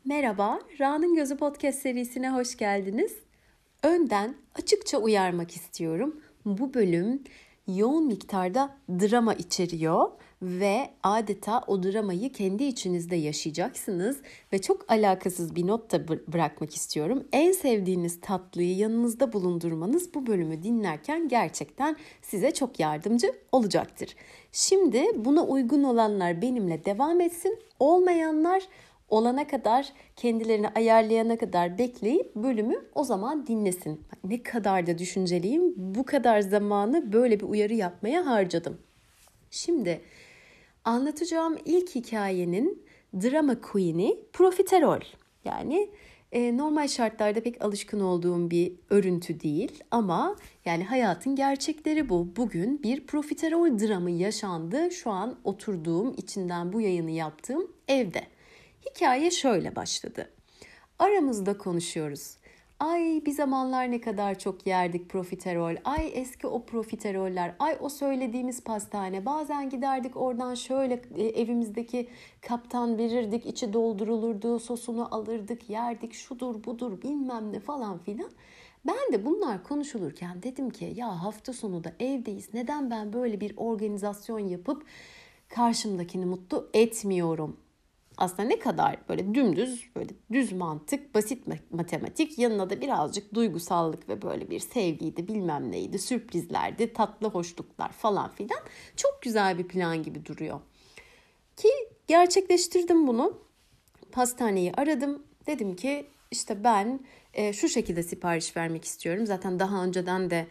Merhaba, Ra'nın Gözü Podcast serisine hoş geldiniz. Önden açıkça uyarmak istiyorum. Bu bölüm yoğun miktarda drama içeriyor ve adeta o dramayı kendi içinizde yaşayacaksınız ve çok alakasız bir not da bırakmak istiyorum. En sevdiğiniz tatlıyı yanınızda bulundurmanız bu bölümü dinlerken gerçekten size çok yardımcı olacaktır. Şimdi buna uygun olanlar benimle devam etsin, olmayanlar olana kadar, kendilerini ayarlayana kadar bekleyip bölümü o zaman dinlesin. Ne kadar da düşünceliyim, bu kadar zamanı böyle bir uyarı yapmaya harcadım. Şimdi anlatacağım ilk hikayenin drama queen'i profiterol. Yani normal şartlarda pek alışkın olduğum bir örüntü değil ama yani hayatın gerçekleri bu. Bugün bir profiterol dramı yaşandı şu an oturduğum, içinden bu yayını yaptığım evde. Hikaye şöyle başladı. Aramızda konuşuyoruz. Ay bir zamanlar ne kadar çok yerdik profiterol. Ay eski o profiteroller. Ay o söylediğimiz pastane. Bazen giderdik oradan şöyle evimizdeki kaptan verirdik. İçi doldurulurdu. Sosunu alırdık yerdik. Şudur budur bilmem ne falan filan. Ben de bunlar konuşulurken dedim ki ya hafta sonu da evdeyiz. Neden ben böyle bir organizasyon yapıp karşımdakini mutlu etmiyorum? Aslında ne kadar böyle dümdüz, böyle düz mantık, basit matematik, yanına da birazcık duygusallık ve böyle bir sevgiydi, bilmem neydi, sürprizlerdi, tatlı hoşluklar falan filan. Çok güzel bir plan gibi duruyor. Ki gerçekleştirdim bunu. Pastaneyi aradım. Dedim ki işte ben şu şekilde sipariş vermek istiyorum. Zaten daha önceden de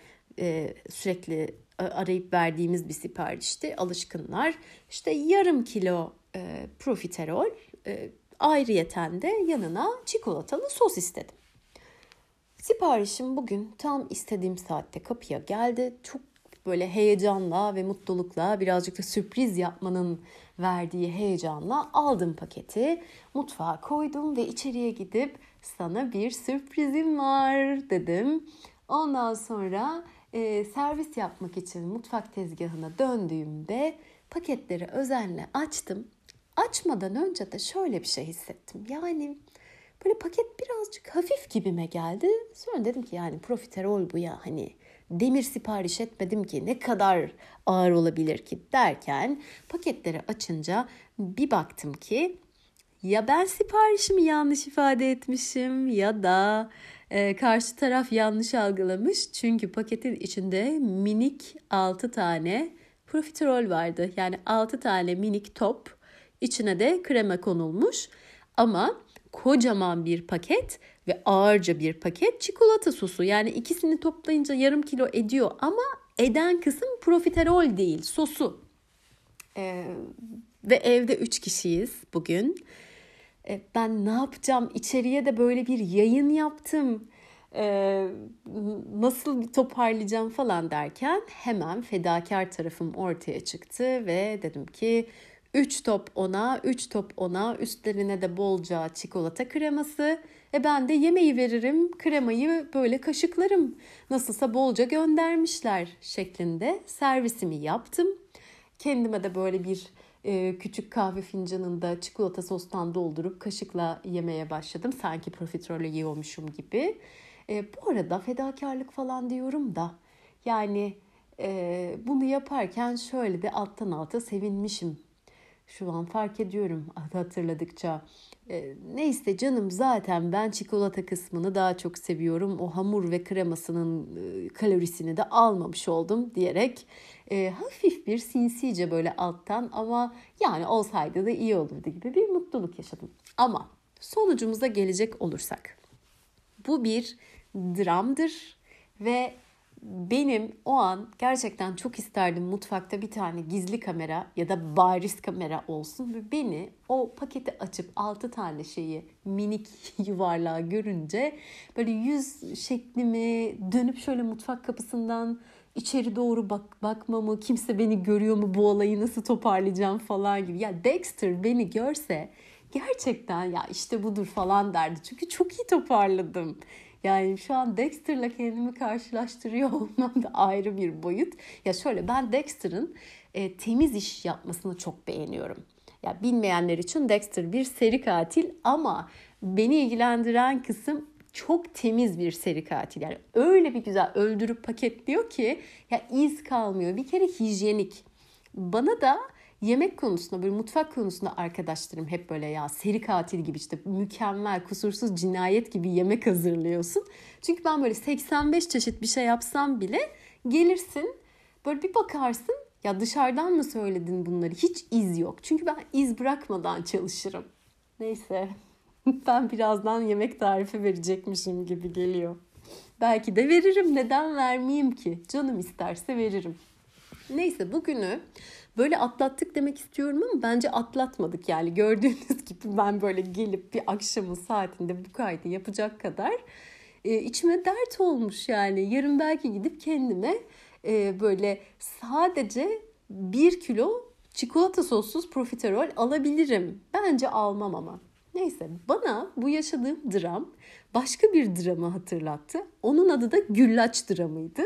sürekli arayıp verdiğimiz bir siparişti. Alışkınlar. İşte yarım kilo profiterol, ayrıyeten de yanına çikolatalı sos istedim. Siparişim bugün tam istediğim saatte kapıya geldi. Çok böyle heyecanla ve mutlulukla, birazcık da sürpriz yapmanın verdiği heyecanla aldım paketi. Mutfağa koydum ve içeriye gidip sana bir sürprizim var dedim. Ondan sonra servis yapmak için mutfak tezgahına döndüğümde paketleri özenle açtım. Açmadan önce de şöyle bir şey hissettim. Yani böyle paket birazcık hafif gibime geldi. Sonra dedim ki yani profiterol bu ya, hani demir sipariş etmedim ki ne kadar ağır olabilir ki derken paketleri açınca bir baktım ki ya ben siparişimi yanlış ifade etmişim ya da karşı taraf yanlış algılamış. Çünkü paketin içinde minik 6 tane profiterol vardı. Yani 6 tane minik top, içine de krema konulmuş ama kocaman bir paket ve ağırca bir paket çikolata sosu. Yani ikisini toplayınca yarım kilo ediyor ama eden kısım profiterol değil, sosu. Ve evde 3 kişiyiz bugün. Ben ne yapacağım? İçeriye de böyle bir yayın yaptım. Nasıl bir toparlayacağım falan derken hemen fedakar tarafım ortaya çıktı ve dedim ki 3 top ona, 3 top ona, üstlerine de bolca çikolata kreması. Ben de yemeği veririm, kremayı böyle kaşıklarım. Nasılsa bolca göndermişler şeklinde servisimi yaptım. Kendime de böyle bir küçük kahve fincanında çikolata sostan doldurup kaşıkla yemeye başladım. Sanki profiterolü yiyormuşum gibi. Bu arada fedakarlık falan diyorum da yani bunu yaparken şöyle de alttan alta sevinmişim. Şu an fark ediyorum hatırladıkça. Neyse canım, zaten ben çikolata kısmını daha çok seviyorum. O hamur ve kremasının kalorisini de almamış oldum diyerek hafif bir sinsice böyle alttan, ama yani olsaydı da iyi olurdu gibi bir mutluluk yaşadım. Ama sonucumuza gelecek olursak, bu bir dramdır ve benim o an gerçekten çok isterdim mutfakta bir tane gizli kamera ya da bariz kamera olsun ve beni o paketi açıp 6 tane şeyi minik yuvarlağı görünce böyle yüz şeklimi dönüp şöyle mutfak kapısından içeri doğru bakmamı, kimse beni görüyor mu, bu olayı nasıl toparlayacağım falan gibi. Ya Dexter beni görse gerçekten ya işte budur falan derdi. Çünkü çok iyi toparladım. Yani şu an Dexter'la kendimi karşılaştırıyor olmam da ayrı bir boyut. Ya şöyle, ben Dexter'ın temiz iş yapmasını çok beğeniyorum. Ya bilmeyenler için Dexter bir seri katil ama beni ilgilendiren kısım çok temiz bir seri katil. Yani öyle bir güzel öldürüp paketliyor ki ya iz kalmıyor. Bir kere hijyenik. Bana da yemek konusunda, böyle mutfak konusunda arkadaşlarım hep böyle ya seri katil gibi işte mükemmel, kusursuz cinayet gibi yemek hazırlıyorsun. Çünkü ben böyle 85 çeşit bir şey yapsam bile gelirsin böyle bir bakarsın ya dışarıdan mı söyledin bunları? Hiç iz yok. Çünkü ben iz bırakmadan çalışırım. Neyse ben birazdan yemek tarifi verecekmişim gibi geliyor. Belki de veririm. Neden vermeyeyim ki? Canım isterse veririm. Neyse bugünü böyle atlattık demek istiyorum ama bence atlatmadık yani. Gördüğünüz gibi ben böyle gelip bir akşamın saatinde bu kaydı yapacak kadar içime dert olmuş yani. Yarın belki gidip kendime böyle sadece 1 kilo çikolata sossuz profiterol alabilirim. Bence almam ama. Neyse bana bu yaşadığım dram başka bir dramı hatırlattı. Onun adı da güllaç dramıydı.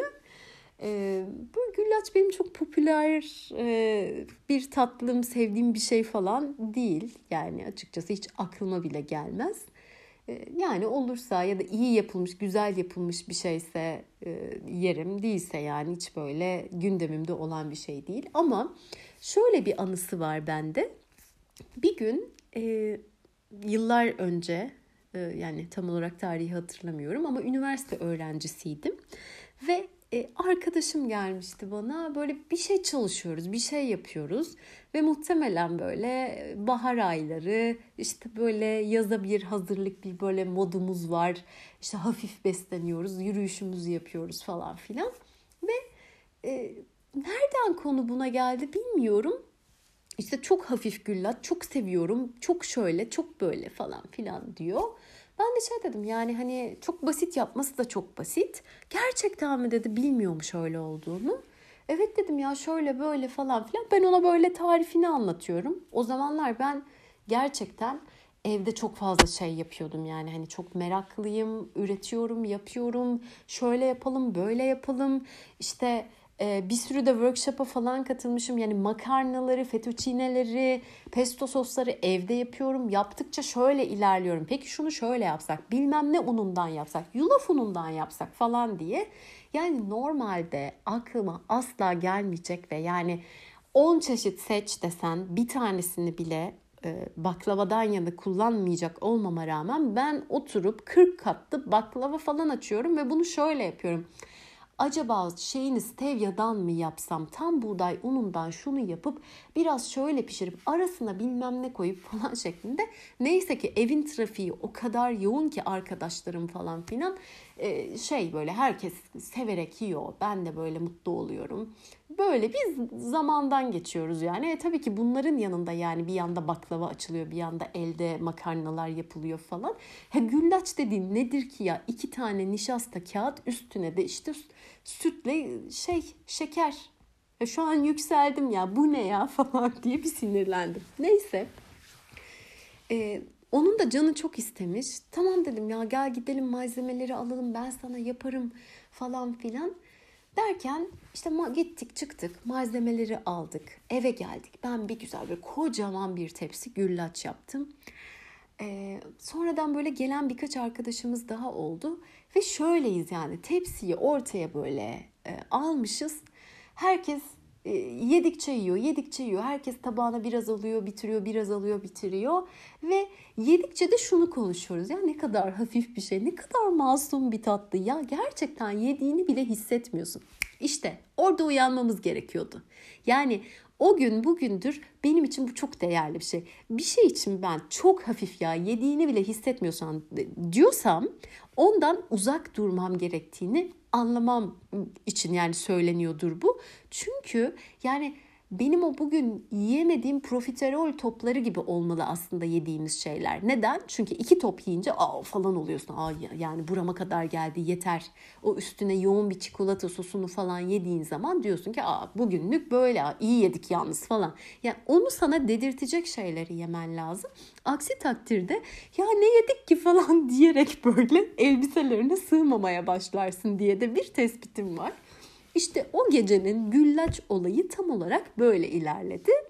Bu güllaç benim çok popüler bir tatlım, sevdiğim bir şey falan değil. Yani açıkçası hiç aklıma bile gelmez. Yani olursa ya da iyi yapılmış, güzel yapılmış bir şeyse yerim. Değilse yani hiç böyle gündemimde olan bir şey değil. Ama şöyle bir anısı var bende. Bir gün yıllar önce yani tam olarak tarihi hatırlamıyorum ama üniversite öğrencisiydim. Ve arkadaşım gelmişti bana böyle bir şey çalışıyoruz, bir şey yapıyoruz ve muhtemelen böyle bahar ayları işte böyle yaza bir hazırlık bir böyle modumuz var. İşte hafif besleniyoruz, yürüyüşümüzü yapıyoruz falan filan ve nereden konu buna geldi bilmiyorum. İşte çok hafif güllaç, çok seviyorum, çok şöyle, çok böyle falan filan diyor. Ben de şey dedim yani hani çok basit yapması da çok basit. Gerçekten mi dedi bilmiyormuş öyle olduğunu. Evet dedim ya şöyle böyle falan filan. Ben ona böyle tarifini anlatıyorum. O zamanlar ben gerçekten evde çok fazla şey yapıyordum yani hani çok meraklıyım, üretiyorum, yapıyorum. Şöyle yapalım, böyle yapalım. İşte bir sürü de workshop'a falan katılmışım. Yani makarnaları, fettuccineleri, pesto sosları evde yapıyorum. Yaptıkça şöyle ilerliyorum. Peki şunu şöyle yapsak, bilmem ne unundan yapsak, yulaf unundan yapsak falan diye. Yani normalde aklıma asla gelmeyecek ve yani 10 çeşit seç desen bir tanesini bile baklavadan yana kullanmayacak olmama rağmen ben oturup 40 katlı baklava falan açıyorum ve bunu şöyle yapıyorum. Acaba şeyini stevyadan mı yapsam, tam buğday unundan şunu yapıp biraz şöyle pişirip arasına bilmem ne koyup falan şeklinde. Neyse ki evin trafiği o kadar yoğun ki arkadaşlarım falan filan şey böyle herkes severek yiyor. Ben de böyle mutlu oluyorum. Böyle bir zamandan geçiyoruz yani. Tabii ki bunların yanında yani bir yanda baklava açılıyor, bir yanda elde makarnalar yapılıyor falan. Güllaç dediğin nedir ki ya? 2 tane nişasta kağıt üstüne de işte sütle şeker. Şu an yükseldim ya bu ne ya falan diye bir sinirlendim. Neyse. Onun da canı çok istemiş. Tamam dedim ya gel gidelim malzemeleri alalım ben sana yaparım falan filan. Derken işte gittik çıktık malzemeleri aldık eve geldik. Ben bir güzel böyle kocaman bir tepsi güllaç yaptım. Sonradan böyle gelen birkaç arkadaşımız daha oldu. Ve şöyleyiz yani tepsiyi ortaya böyle almışız. Herkes yedikçe yiyor, yedikçe yiyor. Herkes tabağına biraz alıyor, bitiriyor, biraz alıyor, bitiriyor. Ve yedikçe de şunu konuşuyoruz. Ya ne kadar hafif bir şey, ne kadar masum bir tatlı. Ya gerçekten yediğini bile hissetmiyorsun. İşte orada uyanmamız gerekiyordu. Yani o gün bugündür benim için bu çok değerli bir şey. Bir şey için ben çok hafif ya yediğini bile hissetmiyorsan diyorsam ondan uzak durmam gerektiğini anlamam için yani söyleniyordur bu. Çünkü yani benim o bugün yiyemediğim profiterol topları gibi olmalı aslında yediğimiz şeyler. Neden? Çünkü 2 top yiyince falan oluyorsun. Yani burama kadar geldi yeter. O üstüne yoğun bir çikolata sosunu falan yediğin zaman diyorsun ki bugünlük böyle iyi yedik yalnız falan. Yani onu sana dedirtecek şeyleri yemen lazım. Aksi takdirde ya ne yedik ki falan diyerek böyle elbiselerine sığmamaya başlarsın diye de bir tespitim var. İşte o gecenin güllaç olayı tam olarak böyle ilerledi.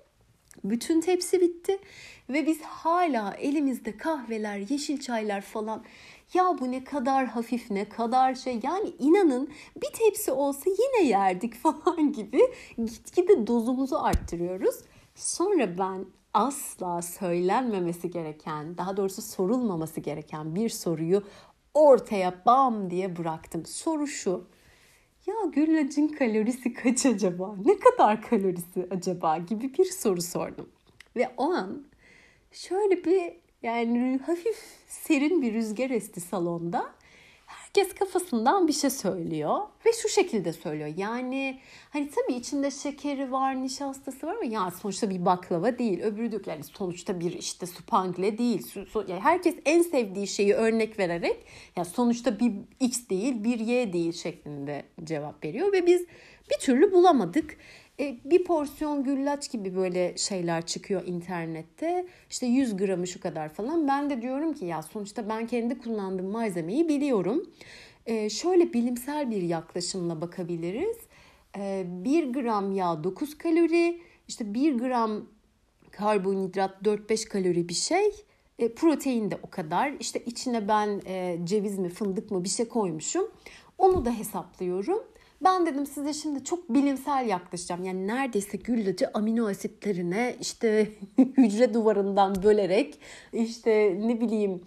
Bütün tepsi bitti ve biz hala elimizde kahveler, yeşil çaylar falan. Ya bu ne kadar hafif, ne kadar şey. Yani inanın bir tepsi olsa yine yerdik falan gibi gitgide dozumuzu arttırıyoruz. Sonra ben asla söylenmemesi gereken, daha doğrusu sorulmaması gereken bir soruyu ortaya bam diye bıraktım. Soru şu: ya güllacın kalorisi kaç acaba? Ne kadar kalorisi acaba gibi bir soru sordum. Ve o an şöyle bir, yani hafif serin bir rüzgar esti salonda. Herkes kafasından bir şey söylüyor ve şu şekilde söylüyor. Yani hani tabii içinde şekeri var, nişastası var ama ya sonuçta bir baklava değil. Öbürü diyor yani sonuçta bir işte spangle değil. Yani herkes en sevdiği şeyi örnek vererek ya sonuçta bir X değil, bir Y değil şeklinde cevap veriyor ve biz bir türlü bulamadık. Bir porsiyon güllaç gibi böyle şeyler çıkıyor internette. İşte 100 gramı şu kadar falan. Ben de diyorum ki ya sonuçta ben kendi kullandığım malzemeyi biliyorum. Şöyle bilimsel bir yaklaşımla bakabiliriz. 1 gram yağ 9 kalori, işte 1 gram karbonhidrat 4-5 kalori bir şey. Protein de o kadar. İşte içine ben ceviz mi fındık mı bir şey koymuşum. Onu da hesaplıyorum. Ben dedim size şimdi çok bilimsel yaklaşacağım. Yani neredeyse güllacı amino asitlerine işte hücre duvarından bölerek işte ne bileyim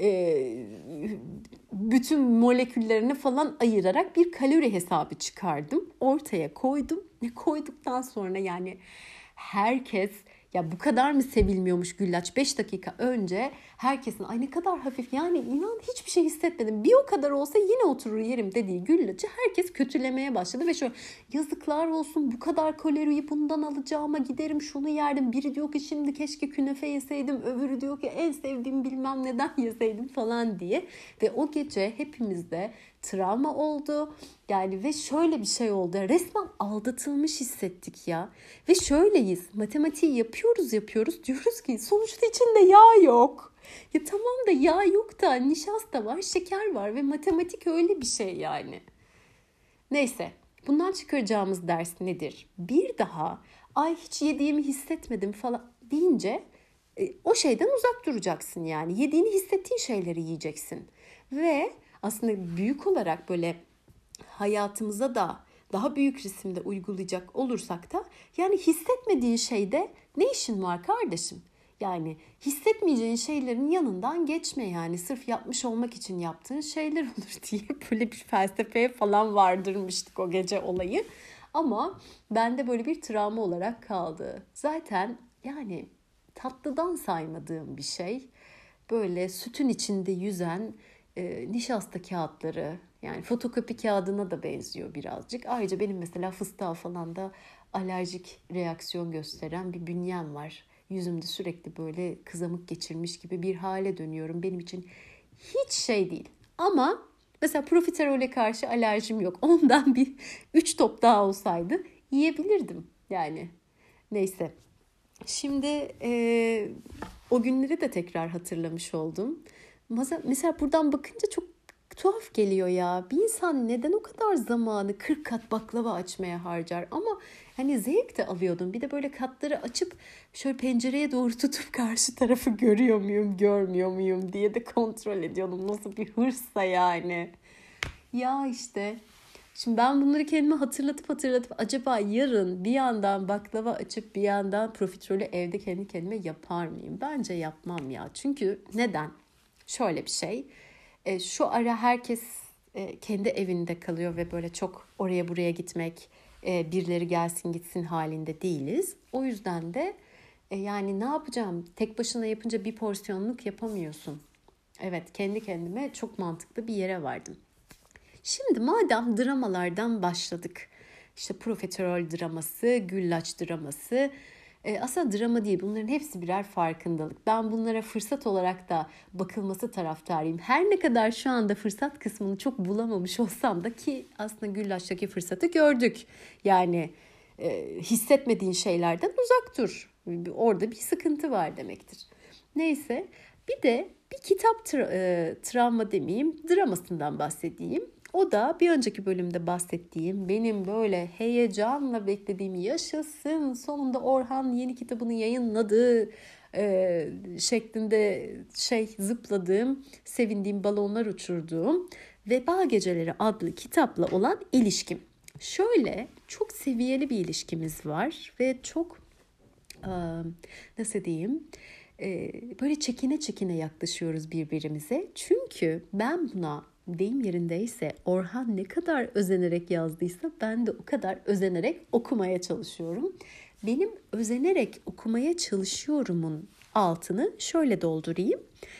bütün moleküllerini falan ayırarak bir kalori hesabı çıkardım. Ortaya koydum. Koyduktan sonra yani herkes ya bu kadar mı sevilmiyormuş güllaç? 5 dakika önce herkesin ay ne kadar hafif yani inan hiçbir şey hissetmedim. Bir o kadar olsa yine oturur yerim dediği güllacı herkes kötülemeye başladı. Ve şöyle yazıklar olsun bu kadar kaloriyi bundan alacağıma giderim şunu yerdim. Biri diyor ki şimdi keşke künefe yeseydim. Öbürü diyor ki en sevdiğim bilmem neden yeseydim falan diye. Ve o gece hepimizde travma oldu. Yani ve şöyle bir şey oldu. Resmen aldatılmış hissettik ya. Ve şöyleyiz. Matematiği yapıyoruz. Diyoruz ki sonuçta içinde yağ yok. Ya tamam da yağ yok da nişasta var, şeker var ve matematik öyle bir şey yani. Neyse. Bundan çıkaracağımız ders nedir? Bir daha ay hiç yediğimi hissetmedim falan deyince o şeyden uzak duracaksın yani. Yediğini hissettiğin şeyleri yiyeceksin. Ve aslında büyük olarak böyle hayatımıza da daha büyük resimde uygulayacak olursak da yani hissetmediğin şeyde ne işin var kardeşim? Yani hissetmeyeceğin şeylerin yanından geçme yani sırf yapmış olmak için yaptığın şeyler olur diye böyle bir felsefeye falan vardırmıştık o gece olayı. Ama bende böyle bir travma olarak kaldı. Zaten yani tatlıdan saymadığım bir şey böyle sütün içinde yüzen nişasta kağıtları yani fotokopi kağıdına da benziyor birazcık. Ayrıca benim mesela fıstığa falan da alerjik reaksiyon gösteren bir bünyem var. Yüzümde sürekli böyle kızamık geçirmiş gibi bir hale dönüyorum. Benim için hiç şey değil. Ama mesela profiterole karşı alerjim yok. Ondan bir 3 top daha olsaydı yiyebilirdim yani. Neyse. Şimdi o günleri de tekrar hatırlamış oldum. Mesela buradan bakınca çok tuhaf geliyor ya. Bir insan neden o kadar zamanı 40 kat baklava açmaya harcar? Ama hani zevk de alıyordum. Bir de böyle katları açıp şöyle pencereye doğru tutup karşı tarafı görüyor muyum, görmüyor muyum diye de kontrol ediyordum. Nasıl bir hırsa yani. Ya işte şimdi ben bunları kendime hatırlatıp acaba yarın bir yandan baklava açıp bir yandan profiterolü evde kendi kendime yapar mıyım? Bence yapmam ya. Çünkü neden? Şöyle bir şey. Şu ara herkes kendi evinde kalıyor ve böyle çok oraya buraya gitmek, birileri gelsin gitsin halinde değiliz. O yüzden de yani ne yapacağım? Tek başına yapınca bir porsiyonluk yapamıyorsun. Evet, kendi kendime çok mantıklı bir yere vardım. Şimdi madem dramalardan başladık. İşte profiterol draması, güllaç draması. Aslında drama değil, bunların hepsi birer farkındalık. Ben bunlara fırsat olarak da bakılması taraftarıyım. Her ne kadar şu anda fırsat kısmını çok bulamamış olsam da ki aslında güllaçtaki fırsatı gördük. Yani hissetmediğin şeylerden uzak dur. Orada bir sıkıntı var demektir. Neyse bir de bir kitap travma demeyeyim, dramasından bahsedeyim. O da bir önceki bölümde bahsettiğim, benim böyle heyecanla beklediğim, yaşasın sonunda Orhan yeni kitabını yayınladı şeklinde zıpladığım, sevindiğim, balonlar uçurduğum Veba Geceleri adlı kitapla olan ilişkim. Şöyle çok seviyeli bir ilişkimiz var ve çok nasıl diyeyim, böyle çekine çekine yaklaşıyoruz birbirimize. Çünkü ben buna, deyim yerindeyse, Orhan ne kadar özenerek yazdıysa ben de o kadar özenerek okumaya çalışıyorum. Benim özenerek okumaya çalışıyorumun altını şöyle doldurayım.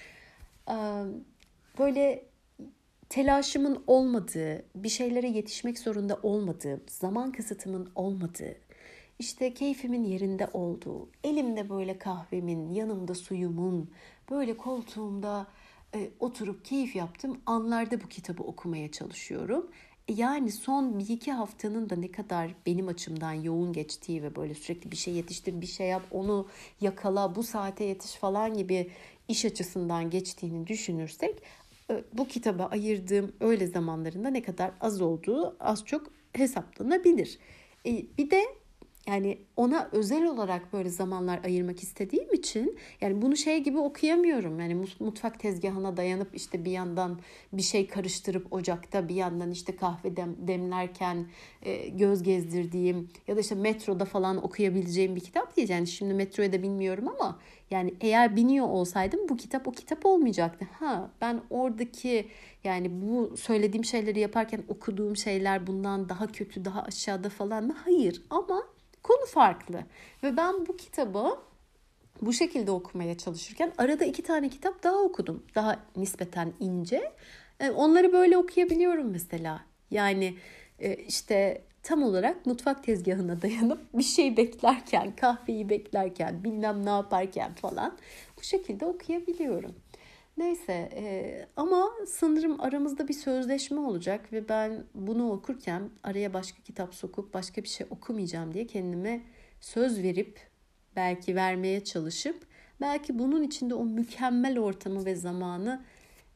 Böyle telaşımın olmadığı, bir şeylere yetişmek zorunda olmadığım, zaman kısıtımın olmadığı, işte keyfimin yerinde olduğu, elimde böyle kahvemin, yanımda suyumun, böyle koltuğumda oturup keyif yaptığım anlarda bu kitabı okumaya çalışıyorum. Yani son 1-2 haftanın da ne kadar benim açımdan yoğun geçtiği ve böyle sürekli bir şey yetiştir, bir şey yap, onu yakala, bu saate yetiş falan gibi iş açısından geçtiğini düşünürsek, bu kitaba ayırdığım öğle zamanlarında ne kadar az olduğu az çok hesaplanabilir. Bir de yani ona özel olarak böyle zamanlar ayırmak istediğim için, yani bunu gibi okuyamıyorum. Yani mutfak tezgahına dayanıp işte bir yandan bir şey karıştırıp ocakta, bir yandan işte kahve demlerken göz gezdirdiğim ya da işte metroda falan okuyabileceğim bir kitap değil. Yani şimdi metroya da binmiyorum ama yani eğer biniyor olsaydım bu kitap o kitap olmayacaktı. Ben oradaki, yani bu söylediğim şeyleri yaparken okuduğum şeyler bundan daha kötü, daha aşağıda falan mı? Hayır, ama konu farklı. Ve ben bu kitabı bu şekilde okumaya çalışırken arada 2 tane kitap daha okudum. Daha nispeten ince. Onları böyle okuyabiliyorum mesela. Yani işte tam olarak mutfak tezgahına dayanıp bir şey beklerken, kahveyi beklerken, bilmem ne yaparken falan bu şekilde okuyabiliyorum. Neyse, ama sanırım aramızda bir sözleşme olacak ve ben bunu okurken araya başka kitap sokup başka bir şey okumayacağım diye kendime söz verip, belki vermeye çalışıp, belki bunun içinde o mükemmel ortamı ve zamanı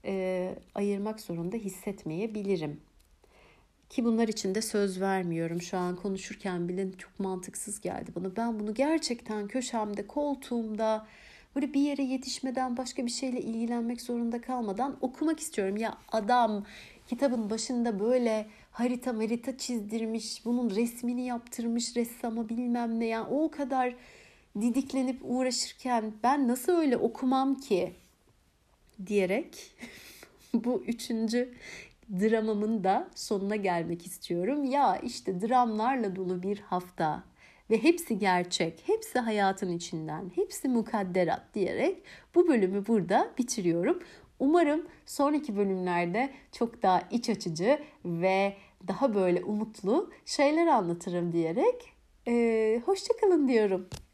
ayırmak zorunda hissetmeyebilirim. Ki bunlar için de söz vermiyorum. Şu an konuşurken bile çok mantıksız geldi bana. Ben bunu gerçekten köşemde, koltuğumda, böyle bir yere yetişmeden, başka bir şeyle ilgilenmek zorunda kalmadan okumak istiyorum. Ya adam kitabın başında böyle harita çizdirmiş, bunun resmini yaptırmış ressama, bilmem ne, ya o kadar didiklenip uğraşırken ben nasıl öyle okumam ki diyerek bu 3. dramamın da sonuna gelmek istiyorum. Ya işte dramlarla dolu bir hafta ve hepsi gerçek, hepsi hayatın içinden, hepsi mukadderat diyerek bu bölümü burada bitiriyorum. Umarım sonraki bölümlerde çok daha iç açıcı ve daha böyle umutlu şeyler anlatırım diyerek hoşça kalın diyorum.